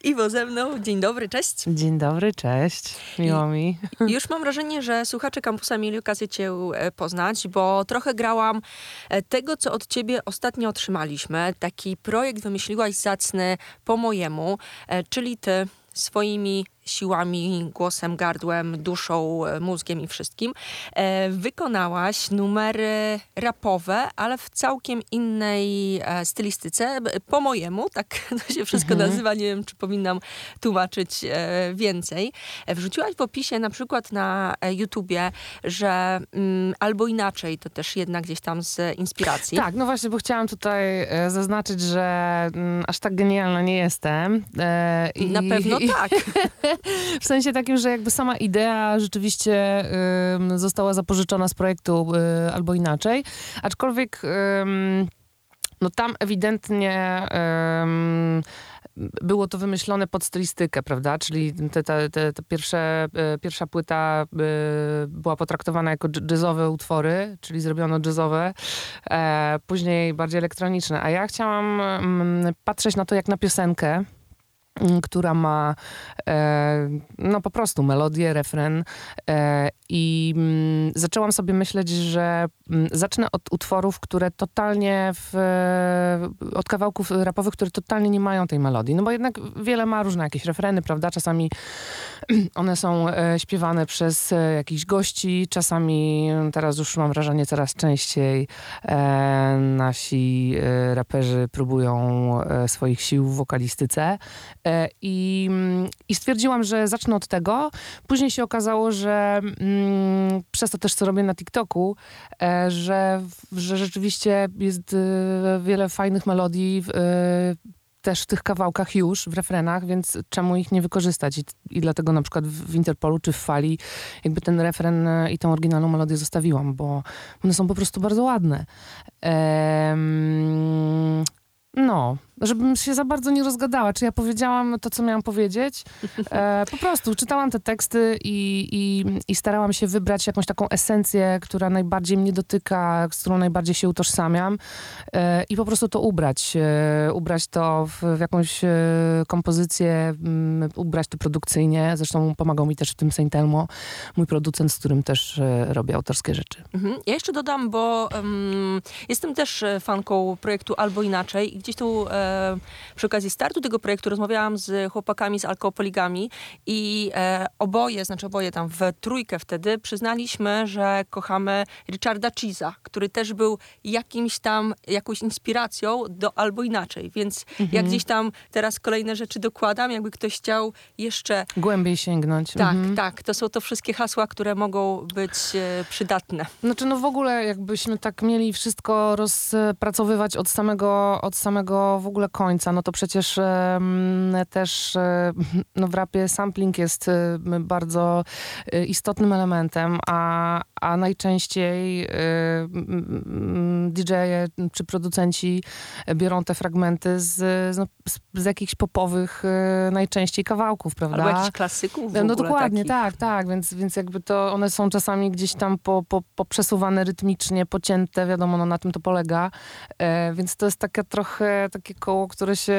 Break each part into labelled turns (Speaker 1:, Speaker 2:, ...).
Speaker 1: Iwo ze mną. Dzień dobry, cześć.
Speaker 2: Dzień dobry, cześć. Miło mi.
Speaker 1: Już mam wrażenie, że słuchacze Kampusa mieli okazję cię poznać, bo trochę grałam tego, co od ciebie ostatnio otrzymaliśmy. Taki projekt wymyśliłaś zacny po mojemu, czyli ty swoimi siłami, głosem, gardłem, duszą, mózgiem i wszystkim. Wykonałaś numery rapowe, ale w całkiem innej stylistyce. Po mojemu, tak to się wszystko nazywa. Nie wiem, czy powinnam tłumaczyć więcej. Wrzuciłaś w opisie na przykład na YouTubie, że albo inaczej, to też jednak gdzieś tam z inspiracji.
Speaker 2: Tak, no właśnie, bo chciałam tutaj zaznaczyć, że aż tak genialna nie jestem.
Speaker 1: Na pewno tak.
Speaker 2: W sensie takim, że jakby sama idea rzeczywiście została zapożyczona z projektu albo inaczej. Aczkolwiek no tam ewidentnie było to wymyślone pod stylistykę, prawda? Czyli te pierwsza płyta była potraktowana jako jazzowe utwory, czyli zrobiono jazzowe, później bardziej elektroniczne. A ja chciałam patrzeć na to jak na piosenkę, która ma no po prostu melodię, refren i zaczęłam sobie myśleć, że zacznę od utworów, które totalnie od kawałków rapowych, które totalnie nie mają tej melodii. No bo jednak wiele ma różne jakieś refreny, prawda? Czasami one są śpiewane przez jakichś gości, czasami teraz już mam wrażenie coraz częściej nasi raperzy próbują swoich sił w wokalistyce. I stwierdziłam, że zacznę od tego. Później się okazało, że przez to też, co robię na TikToku, że rzeczywiście jest wiele fajnych melodii też w tych kawałkach już, w refrenach, więc czemu ich nie wykorzystać? I dlatego na przykład w Interpolu czy w Fali jakby ten refren i tą oryginalną melodię zostawiłam, bo one są po prostu bardzo ładne. No, żebym się za bardzo nie rozgadała. Czy ja powiedziałam to, co miałam powiedzieć? Po prostu czytałam te teksty i starałam się wybrać jakąś taką esencję, która najbardziej mnie dotyka, z którą najbardziej się utożsamiam i po prostu to ubrać. Ubrać to w jakąś kompozycję, ubrać to produkcyjnie. Zresztą pomagał mi też w tym Saint Elmo, mój producent, z którym też robię autorskie rzeczy.
Speaker 1: Ja jeszcze dodam, bo jestem też fanką projektu Albo Inaczej i gdzieś tu przy okazji startu tego projektu rozmawiałam z chłopakami z Alkopoligami i oboje tam w trójkę wtedy przyznaliśmy, że kochamy Richarda Cheese'a, który też był jakąś inspiracją do Albo Inaczej, więc jak gdzieś tam teraz kolejne rzeczy dokładam, jakby ktoś chciał jeszcze
Speaker 2: głębiej sięgnąć.
Speaker 1: Tak, to są to wszystkie hasła, które mogą być przydatne.
Speaker 2: Znaczy no w ogóle jakbyśmy tak mieli wszystko rozpracowywać od samego w ogóle końca, no to przecież też no w rapie sampling jest bardzo istotnym elementem, a najczęściej DJ-e czy producenci biorą te fragmenty z jakichś popowych najczęściej kawałków, prawda?
Speaker 1: Albo jakichś klasyków w ogóle.
Speaker 2: No dokładnie,
Speaker 1: takich.
Speaker 2: tak, więc jakby to one są czasami gdzieś tam poprzesuwane rytmicznie, pocięte, wiadomo, no na tym to polega, więc to jest takie koło, które się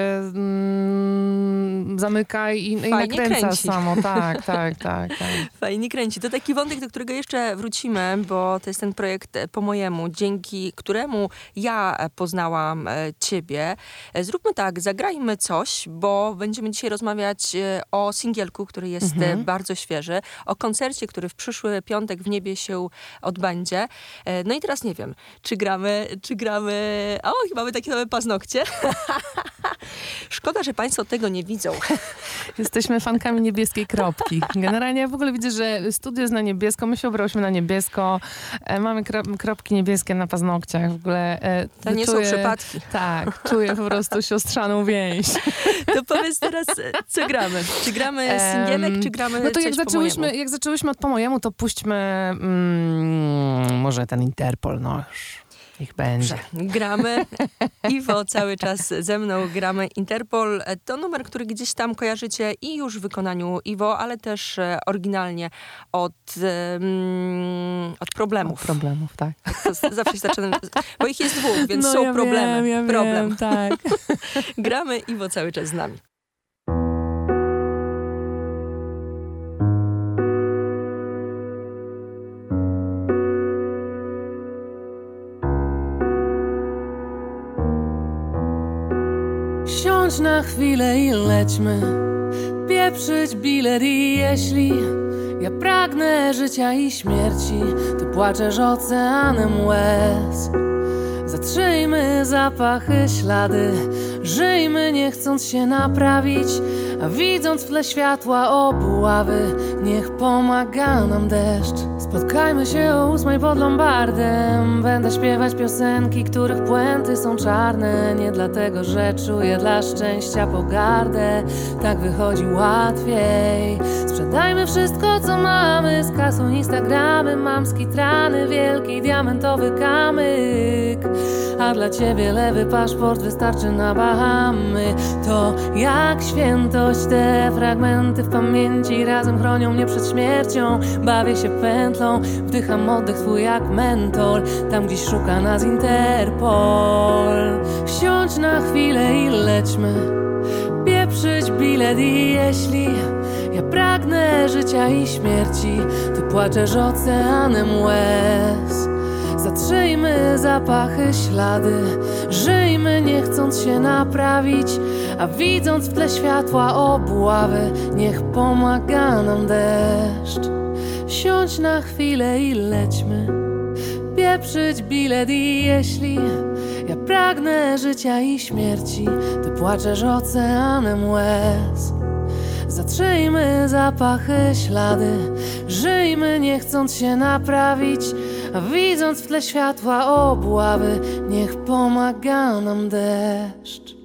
Speaker 2: zamyka i nakręca
Speaker 1: kręci.
Speaker 2: samo. Tak.
Speaker 1: Fajnie kręci. To taki wątek, do którego jeszcze wrócimy, bo to jest ten projekt po mojemu, dzięki któremu ja poznałam ciebie. Zróbmy tak, zagrajmy coś, bo będziemy dzisiaj rozmawiać o singielku, który jest bardzo świeży, o koncercie, który w przyszły piątek w Niebie się odbędzie. No i teraz nie wiem, czy gramy... O, chyba mamy takie nowe paznokcie. Szkoda, że państwo tego nie widzą.
Speaker 2: Jesteśmy fankami Niebieskiej Kropki. Generalnie ja w ogóle widzę, że studio jest na niebiesko, my się ubrałyśmy na niebiesko, mamy kropki niebieskie na paznokciach. W ogóle
Speaker 1: to nie są przypadki.
Speaker 2: Tak, czuję po prostu siostrzaną więź.
Speaker 1: To powiedz teraz, co gramy? Czy gramy singielek, czy gramy
Speaker 2: no to
Speaker 1: coś
Speaker 2: jak zaczęłyśmy od po mojemu, to puśćmy może ten Interpol, no już. Niech będzie.
Speaker 1: Gramy. Iwo cały czas ze mną gramy Interpol. To numer, który gdzieś tam kojarzycie i już w wykonaniu Iwo, ale też oryginalnie od problemów.
Speaker 2: Od problemów, tak.
Speaker 1: To zawsze się zaczynam, bo ich jest dwóch, więc są problemy.
Speaker 2: Wiem,
Speaker 1: problem.
Speaker 2: tak.
Speaker 1: Gramy, Iwo cały czas z nami.
Speaker 2: Wsiądź na chwilę i lećmy, pieprzyć bilet i jeśli ja pragnę życia i śmierci, ty płaczesz oceanem łez. Zatrzyjmy zapachy, ślady, żyjmy nie chcąc się naprawić, a widząc w tle światła obławy, niech pomaga nam deszcz. Spotkajmy się o 8 pod Lombardem, będę śpiewać piosenki, których puenty są czarne. Nie dlatego, że czuję dla szczęścia pogardę, tak wychodzi łatwiej. Sprzedajmy wszystko, co mamy, z kasą Instagramy, mam skitrany, wielki diamentowy kamyk. A dla ciebie lewy paszport wystarczy na Bahamy. To jak świętość, te fragmenty w pamięci razem chronią mnie przed śmiercią. Bawię się pętlą, wdycham oddech twój jak mentor, tam gdzieś szuka nas Interpol. Wsiądź na chwilę i lećmy, pieprzyć bilet i jeśli ja pragnę życia i śmierci, ty płaczesz oceanem łez. Zatrzyjmy zapachy, ślady, żyjmy nie chcąc się naprawić, a widząc w tle światła obławy, niech pomaga nam deszcz. Siądź na chwilę i lećmy, pieprzyć bilet i jeśli ja pragnę życia i śmierci, ty płaczesz oceanem łez. Zatrzyjmy zapachy, ślady, żyjmy nie chcąc się naprawić, a widząc w tle światła obławy, niech pomaga nam deszcz.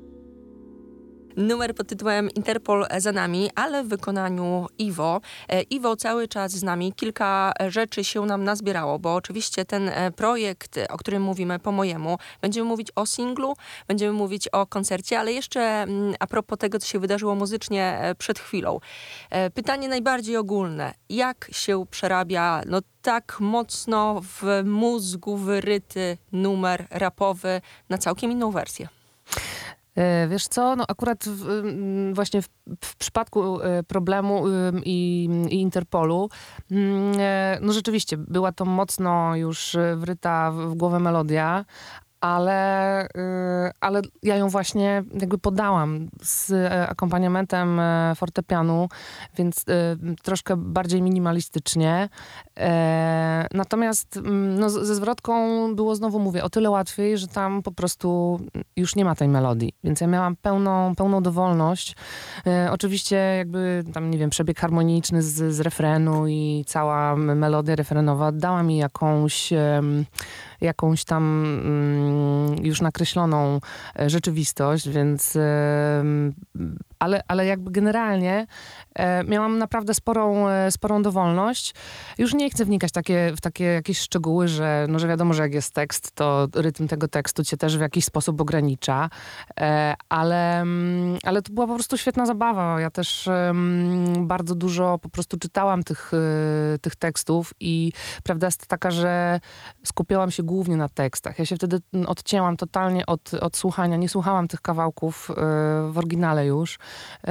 Speaker 1: Numer pod tytułem Interpol za nami, ale w wykonaniu Iwo. Iwo cały czas z nami. Kilka rzeczy się nam nazbierało, bo oczywiście ten projekt, o którym mówimy po mojemu, będziemy mówić o singlu, będziemy mówić o koncercie, ale jeszcze a propos tego, co się wydarzyło muzycznie przed chwilą. Pytanie najbardziej ogólne. Jak się przerabia tak mocno w mózgu wyryty numer rapowy na całkiem inną wersję?
Speaker 2: Wiesz co, akurat właśnie w przypadku Problemu i Interpolu, rzeczywiście była to mocno już wryta w głowę melodia, ale ja ją właśnie jakby podałam z akompaniamentem fortepianu, więc troszkę bardziej minimalistycznie. Natomiast ze zwrotką było, znowu mówię, o tyle łatwiej, że tam po prostu już nie ma tej melodii, więc ja miałam pełną dowolność. Oczywiście jakby tam, nie wiem, przebieg harmoniczny z refrenu i cała melodia refrenowa dała mi jakąś tam już nakreśloną rzeczywistość, więc ale jakby generalnie miałam naprawdę sporą dowolność. Już nie chcę wnikać w takie jakieś szczegóły, że wiadomo, że jak jest tekst, to rytm tego tekstu cię też w jakiś sposób ogranicza, ale to była po prostu świetna zabawa. Ja też bardzo dużo po prostu czytałam tych tekstów i prawda jest taka, że skupiałam się głównie na tekstach. Ja się wtedy odcięłam totalnie od słuchania. Nie słuchałam tych kawałków w oryginale już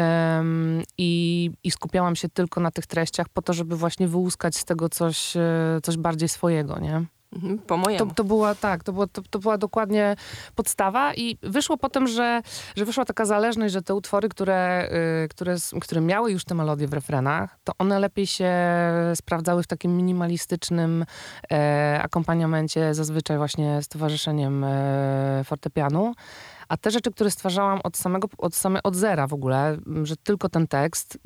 Speaker 2: i skupiałam się tylko na tych treściach po to, żeby właśnie wyłuskać z tego coś bardziej swojego, nie?
Speaker 1: Po mojemu.
Speaker 2: To była dokładnie podstawa i wyszło potem, że wyszła taka zależność, że te utwory, które miały już te melodie w refrenach, to one lepiej się sprawdzały w takim minimalistycznym akompaniamencie, zazwyczaj właśnie z towarzyszeniem fortepianu. A te rzeczy, które stwarzałam od zera w ogóle, że tylko ten tekst,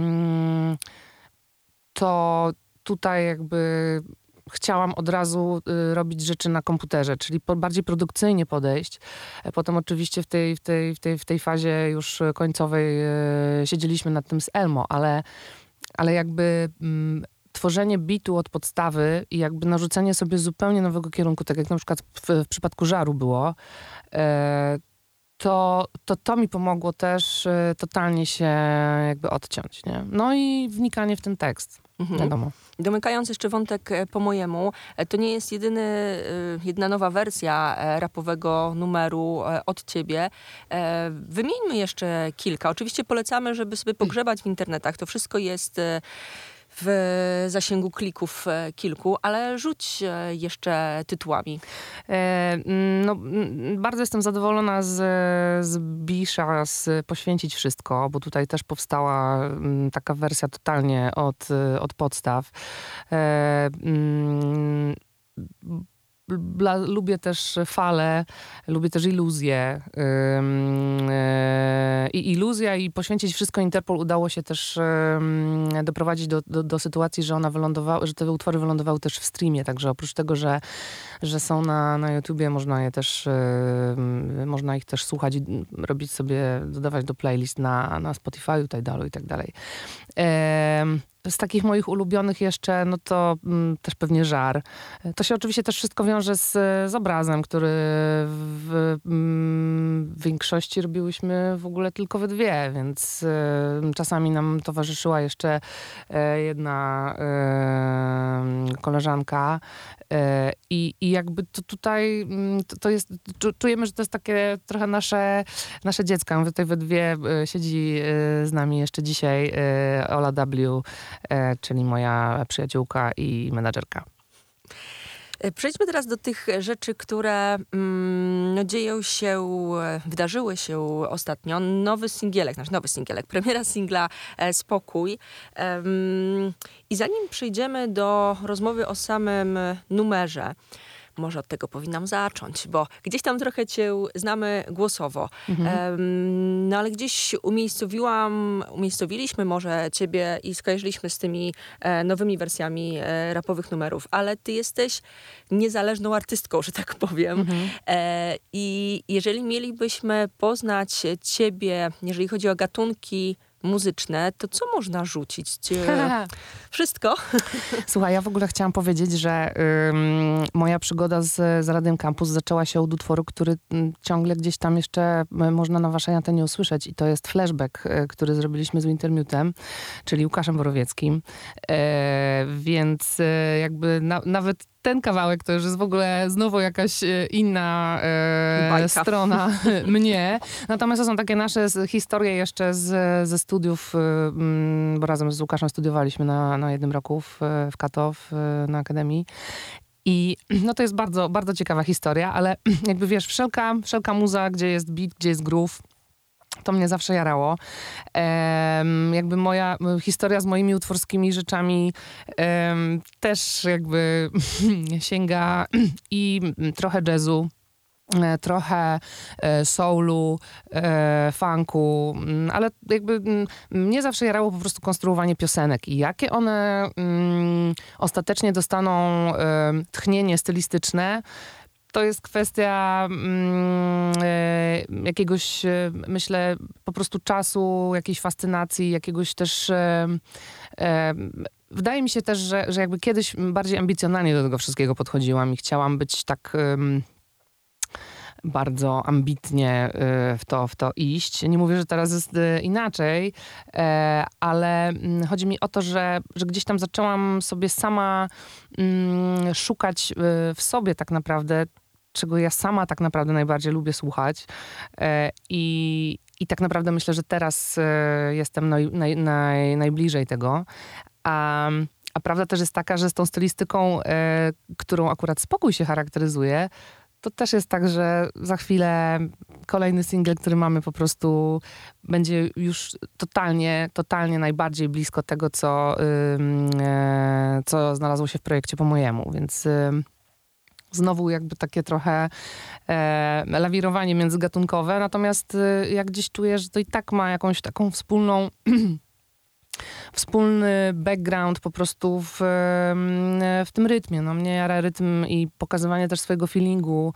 Speaker 2: to tutaj jakby chciałam od razu robić rzeczy na komputerze, czyli bardziej produkcyjnie podejść. Potem oczywiście w tej fazie już końcowej siedzieliśmy nad tym z Elmo, ale jakby tworzenie bitu od podstawy i jakby narzucenie sobie zupełnie nowego kierunku, tak jak na przykład w przypadku Żaru było, to mi pomogło też totalnie się jakby odciąć, nie? No i wnikanie w ten tekst, wiadomo.
Speaker 1: Domykając jeszcze wątek po mojemu, to nie jest jedna nowa wersja rapowego numeru od ciebie. Wymieńmy jeszcze kilka. Oczywiście polecamy, żeby sobie pogrzebać w internetach. To wszystko jest w zasięgu klików kilku, ale rzuć jeszcze tytułami.
Speaker 2: Bardzo jestem zadowolona z Bisha, z Poświęcić Wszystko, bo tutaj też powstała taka wersja totalnie od podstaw. Lubię też fale, lubię też iluzje. I iluzja i Poświęcić Wszystko Interpol udało się też doprowadzić do sytuacji, że że te utwory wylądowały też w streamie. Także oprócz tego, że są na YouTubie, można ich też słuchać i robić sobie, dodawać do playlist na Spotify, Tidalu i tak dalej. Z takich moich ulubionych jeszcze, no to też pewnie Żar. To się oczywiście też wszystko wiąże z obrazem, który w większości robiłyśmy w ogóle tylko we dwie, więc czasami nam towarzyszyła jeszcze jedna koleżanka i jakby to tutaj to jest, czujemy, że to jest takie trochę nasze dziecko. Tutaj we dwie siedzi z nami jeszcze dzisiaj Ola W., czyli moja przyjaciółka i menadżerka.
Speaker 1: Przejdźmy teraz do tych rzeczy, które wydarzyły się ostatnio. Nowy singielek, premiera singla Spokój. I zanim przejdziemy do rozmowy o samym numerze, może od tego powinnam zacząć, bo gdzieś tam trochę cię znamy głosowo. No ale gdzieś umiejscowiliśmy może ciebie i skojarzyliśmy z tymi nowymi wersjami rapowych numerów, ale ty jesteś niezależną artystką, że tak powiem. I jeżeli mielibyśmy poznać ciebie, jeżeli chodzi o gatunki muzyczne, to co można rzucić? Wszystko.
Speaker 2: Słuchaj, ja w ogóle chciałam powiedzieć, że moja przygoda z Radiem Campus zaczęła się od utworu, który ciągle gdzieś tam jeszcze można na waszej antenie usłyszeć i to jest Flashback, który zrobiliśmy z Wintermutem, czyli Łukaszem Borowieckim. Więc jakby nawet ten kawałek to już jest w ogóle znowu jakaś inna strona mnie. Natomiast to są takie nasze historie jeszcze ze studiów, bo razem z Łukaszem studiowaliśmy na jednym roku w Kato, na Akademii. I no to jest bardzo, bardzo ciekawa historia, ale jakby wiesz, wszelka muza, gdzie jest beat, gdzie jest groove, to mnie zawsze jarało. Jakby moja historia z moimi utworskimi rzeczami też jakby sięga i trochę jazzu, trochę soulu, funku, ale jakby mnie zawsze jarało po prostu konstruowanie piosenek i jakie one ostatecznie dostaną tchnienie stylistyczne, to jest kwestia jakiegoś, myślę, po prostu czasu, jakiejś fascynacji, jakiegoś też... Wydaje mi się też, że jakby kiedyś bardziej ambicjonalnie do tego wszystkiego podchodziłam i chciałam być tak... bardzo ambitnie w to iść. Nie mówię, że teraz jest inaczej, ale chodzi mi o to, że gdzieś tam zaczęłam sobie sama szukać w sobie tak naprawdę, czego ja sama tak naprawdę najbardziej lubię słuchać. I tak naprawdę myślę, że teraz jestem najbliżej tego. A prawda też jest taka, że z tą stylistyką, którą akurat Spokój się charakteryzuje, to też jest tak, że za chwilę kolejny singiel, który mamy, po prostu będzie już totalnie najbardziej blisko tego, co znalazło się w projekcie po mojemu. Więc znowu jakby takie trochę lawirowanie międzygatunkowe. Natomiast jak gdzieś czuję, że to i tak ma jakąś taką wspólny background po prostu w tym rytmie. No, mnie jara rytm i pokazywanie też swojego feelingu.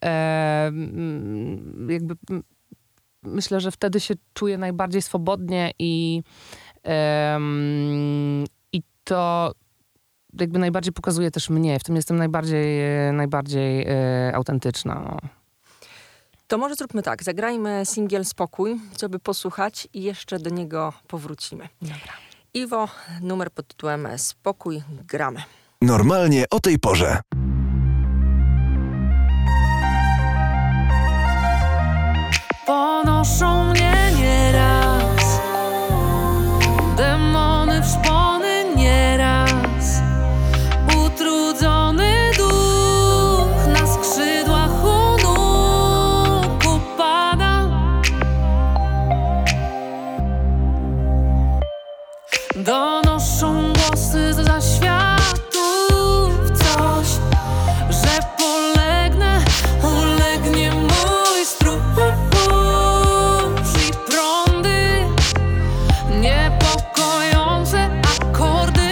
Speaker 2: Jakby myślę, że wtedy się czuję najbardziej swobodnie i to jakby najbardziej pokazuje też mnie. W tym jestem najbardziej autentyczna. No.
Speaker 1: To może zróbmy tak, zagrajmy singiel Spokój, żeby posłuchać i jeszcze do niego powrócimy.
Speaker 2: Dobra.
Speaker 1: Iwo, numer pod tytułem Spokój, gramy.
Speaker 3: Normalnie o tej porze.
Speaker 4: Ponoszą mnie nieraz demony w szpony, nie
Speaker 2: Donoszą głosy za światów coś, że polegnę, ulegnie mój stróż i prądy, niepokojące akordy.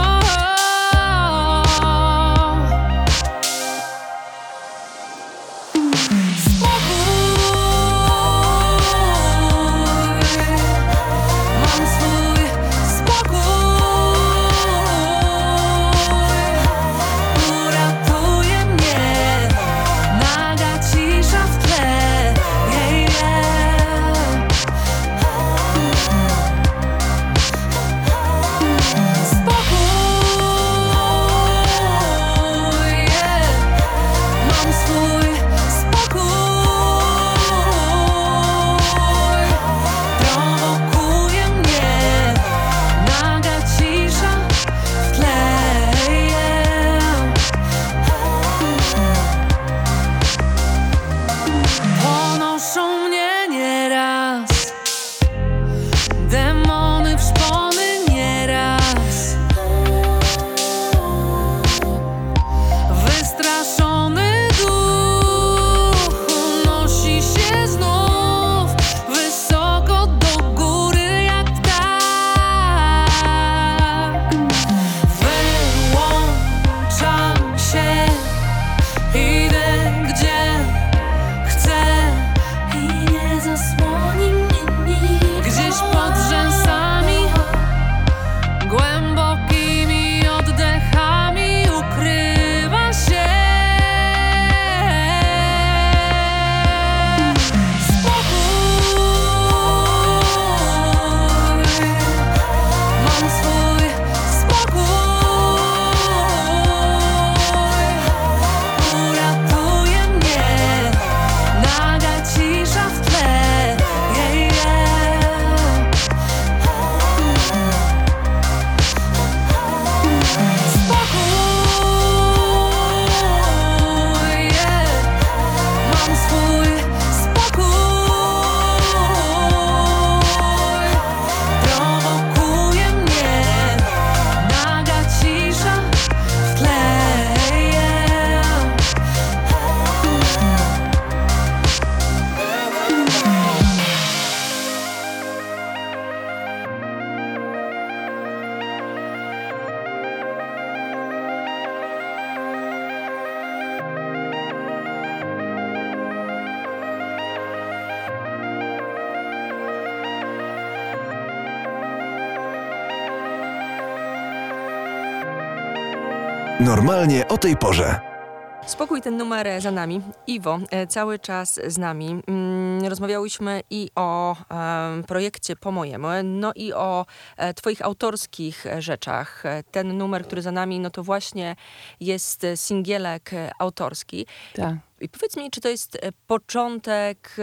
Speaker 3: Normalnie o tej porze.
Speaker 1: Spokój, ten numer za nami. Iwo, cały czas z nami. Rozmawiałyśmy i o projekcie Po mojemu, no i o twoich autorskich rzeczach. Ten numer, który za nami, no to właśnie jest singielek autorski.
Speaker 2: Tak.
Speaker 1: I powiedz mi, czy to jest początek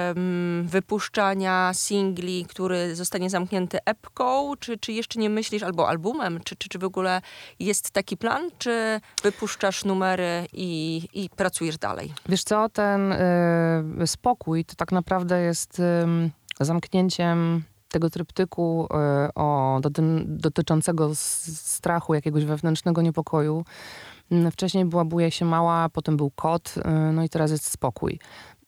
Speaker 1: wypuszczania singli, który zostanie zamknięty epką, czy jeszcze nie myślisz, albo albumem, czy w ogóle jest taki plan, czy wypuszczasz numery i pracujesz dalej?
Speaker 2: Wiesz co, ten spokój to tak naprawdę jest zamknięciem tego tryptyku dotyczącego strachu, jakiegoś wewnętrznego niepokoju. Wcześniej była Buja się mała, potem był kot, no i teraz jest spokój.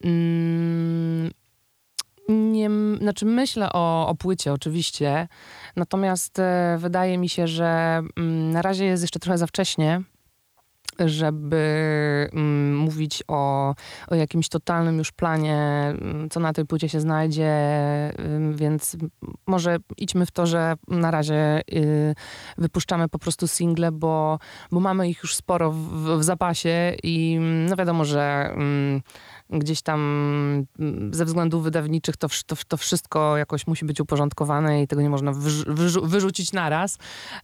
Speaker 2: Znaczy myślę o płycie oczywiście, natomiast wydaje mi się, że na razie jest jeszcze trochę za wcześnie, żeby mówić o jakimś totalnym już planie, co na tej płycie się znajdzie, więc może idźmy w to, że na razie wypuszczamy po prostu single, bo mamy ich już sporo w zapasie i no wiadomo, że gdzieś tam ze względów wydawniczych to wszystko jakoś musi być uporządkowane i tego nie można wyrzucić naraz,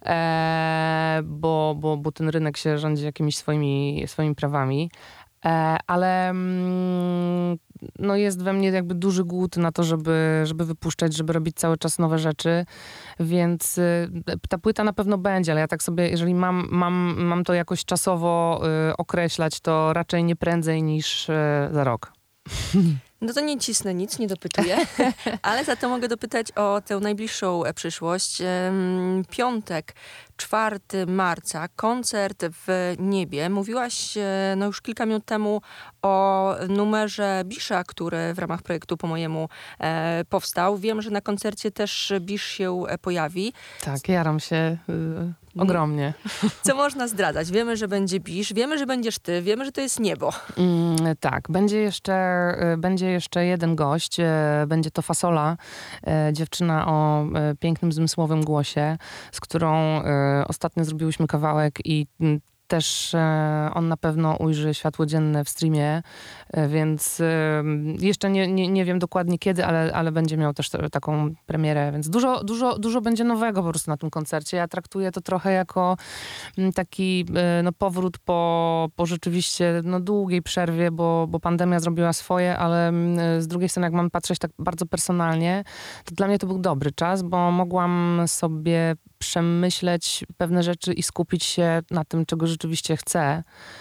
Speaker 2: bo ten rynek się rządzi jakimiś swoimi prawami. Ale no jest we mnie jakby duży głód na to, żeby wypuszczać, żeby robić cały czas nowe rzeczy, więc ta płyta na pewno będzie, ale ja tak sobie, jeżeli mam to jakoś czasowo określać, to raczej nie prędzej niż za rok.
Speaker 1: No to nie cisnę nic, nie dopytuję, ale za to mogę dopytać o tę najbliższą przyszłość. Piątek, 4 marca, koncert w Niebie. Mówiłaś no już kilka minut temu o numerze Bisza, który w ramach projektu Po Mojemu powstał. Wiem, że na koncercie też Bisz się pojawi.
Speaker 2: Tak, jaram się ogromnie.
Speaker 1: Co można zdradzać? Wiemy, że będzie Bisz, wiemy, że będziesz ty, wiemy, że to jest niebo.
Speaker 2: Tak, będzie jeszcze jeden gość. Będzie to Fasola, dziewczyna o pięknym, zmysłowym głosie, z którą ostatnio zrobiłyśmy kawałek i też on na pewno ujrzy światło dzienne w streamie, więc jeszcze nie wiem dokładnie kiedy, ale będzie miał też taką premierę, więc dużo będzie nowego po prostu na tym koncercie. Ja traktuję to trochę jako taki powrót po rzeczywiście długiej przerwie, bo pandemia zrobiła swoje, ale z drugiej strony jak mam patrzeć tak bardzo personalnie, to dla mnie to był dobry czas, bo mogłam sobie przemyśleć pewne rzeczy i skupić się na tym, czego rzeczywiście chcę.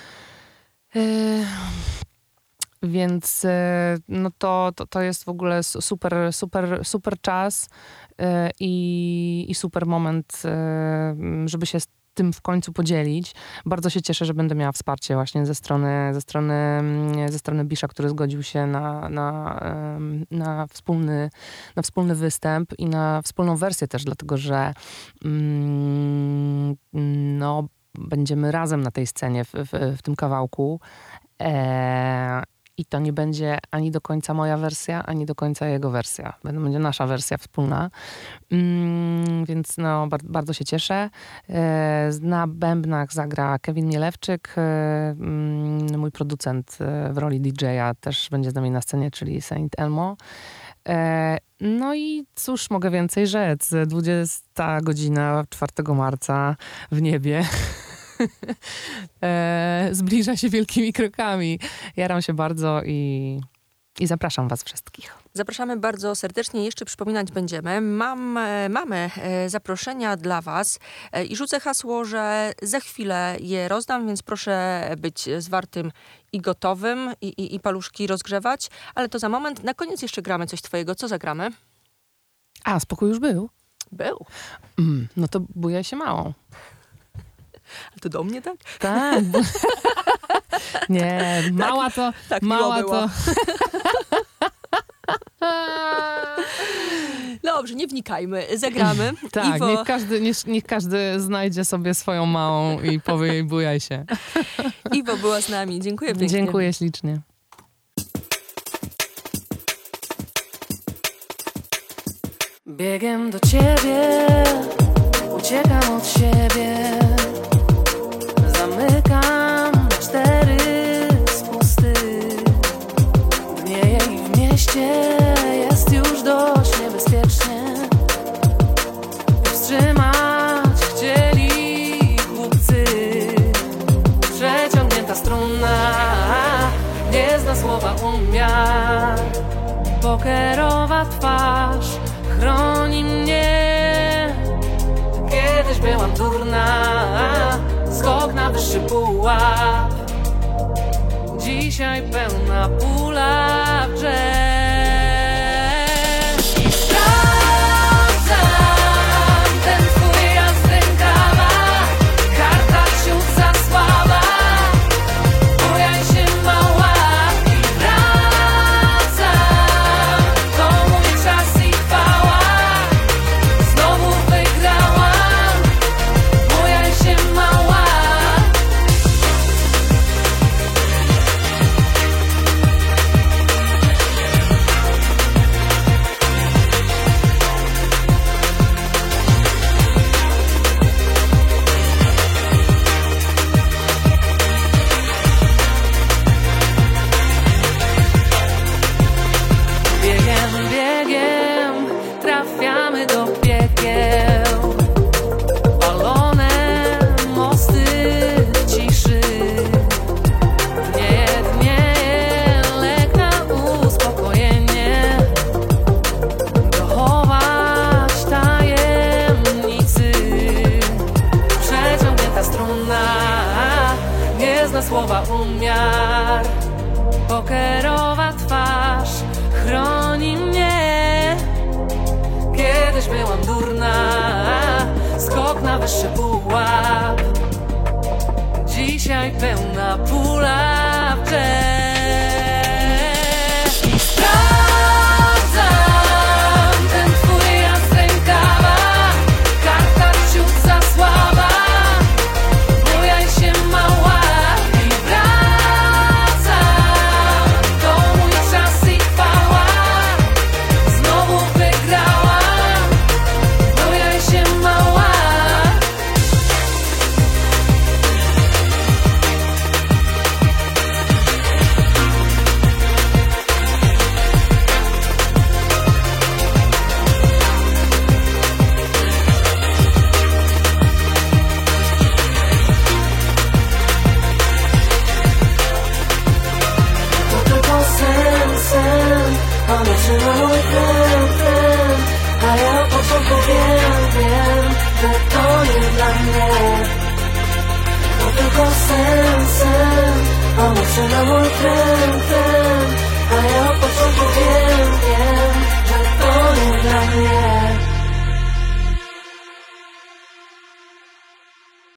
Speaker 2: Więc to jest w ogóle super czas i super moment, żeby się z tym w końcu podzielić. Bardzo się cieszę, że będę miała wsparcie właśnie ze strony Bisza, który zgodził się na wspólny występ i na wspólną wersję też, dlatego że będziemy razem na tej scenie w tym kawałku. I to nie będzie ani do końca moja wersja, ani do końca jego wersja. Będzie nasza wersja wspólna. Więc bardzo się cieszę. Na bębnach zagra Kevin Mielewczyk. Mój producent w roli DJ-a też będzie z nami na scenie, czyli Saint Elmo. No i cóż mogę więcej rzec. 20 godzina 4 marca w Niebie. Zbliża się wielkimi krokami. Jaram się bardzo i zapraszam was wszystkich.
Speaker 1: Zapraszamy bardzo serdecznie. Jeszcze przypominać będziemy. Mamy zaproszenia dla was i rzucę hasło, że za chwilę je rozdam, więc proszę być zwartym i gotowym i paluszki rozgrzewać. Ale to za moment. Na koniec jeszcze gramy coś twojego. Co zagramy?
Speaker 2: A, spokój już był?
Speaker 1: Był.
Speaker 2: No to bujaj się małą.
Speaker 1: Ale to do mnie, tak?
Speaker 2: Tak. Nie, mała to...
Speaker 1: Tak,
Speaker 2: mała
Speaker 1: miło
Speaker 2: to...
Speaker 1: Dobrze, nie wnikajmy. Zagramy.
Speaker 2: Tak,
Speaker 1: Iwo...
Speaker 2: niech każdy znajdzie sobie swoją małą i powie jej bujaj się.
Speaker 1: Iwo była z nami. Dziękuję pięknie.
Speaker 2: Dziękuję ślicznie.
Speaker 4: Biegiem do ciebie, uciekam od siebie. Zamykam 4 spusty. Dnieje i w mieście jest już dość niebezpiecznie. Powstrzymać chcieli głupcy. Przeciągnięta struna nie zna słowa umiar. Pokerowa twarz chroni mnie. Kiedyś byłam durna, skok na wyższy pułap. Dzisiaj pełna pula w drzew. I sprawdzam ten twój raz w rękawach. Karta ciut za słaba. Bujaj się mała i wracam. To mój czas i chwała. Znowu wygrałam. Bujaj się mała. Biegiem trafiamy do piekieł. Palone mosty w ciszy. Dnieje lek na uspokojenie. Dochować tajemnicy. Przeciągnięta struna nie zna słowa umiar. Pokerowa twarz byłam durna, skok na wyższy pułap. Dzisiaj pełna pula w i sprawdzam ten twój raz z rękawa. Karta ciut za słaba, bujaj się mała i wracam. To mój czas i chwała, znowu wygrałam. Bujaj się mała. Ona trzyma mój ten, a ja od początku wiem, że to nie dla mnie. To tylko sen, ona trzyma mój ten,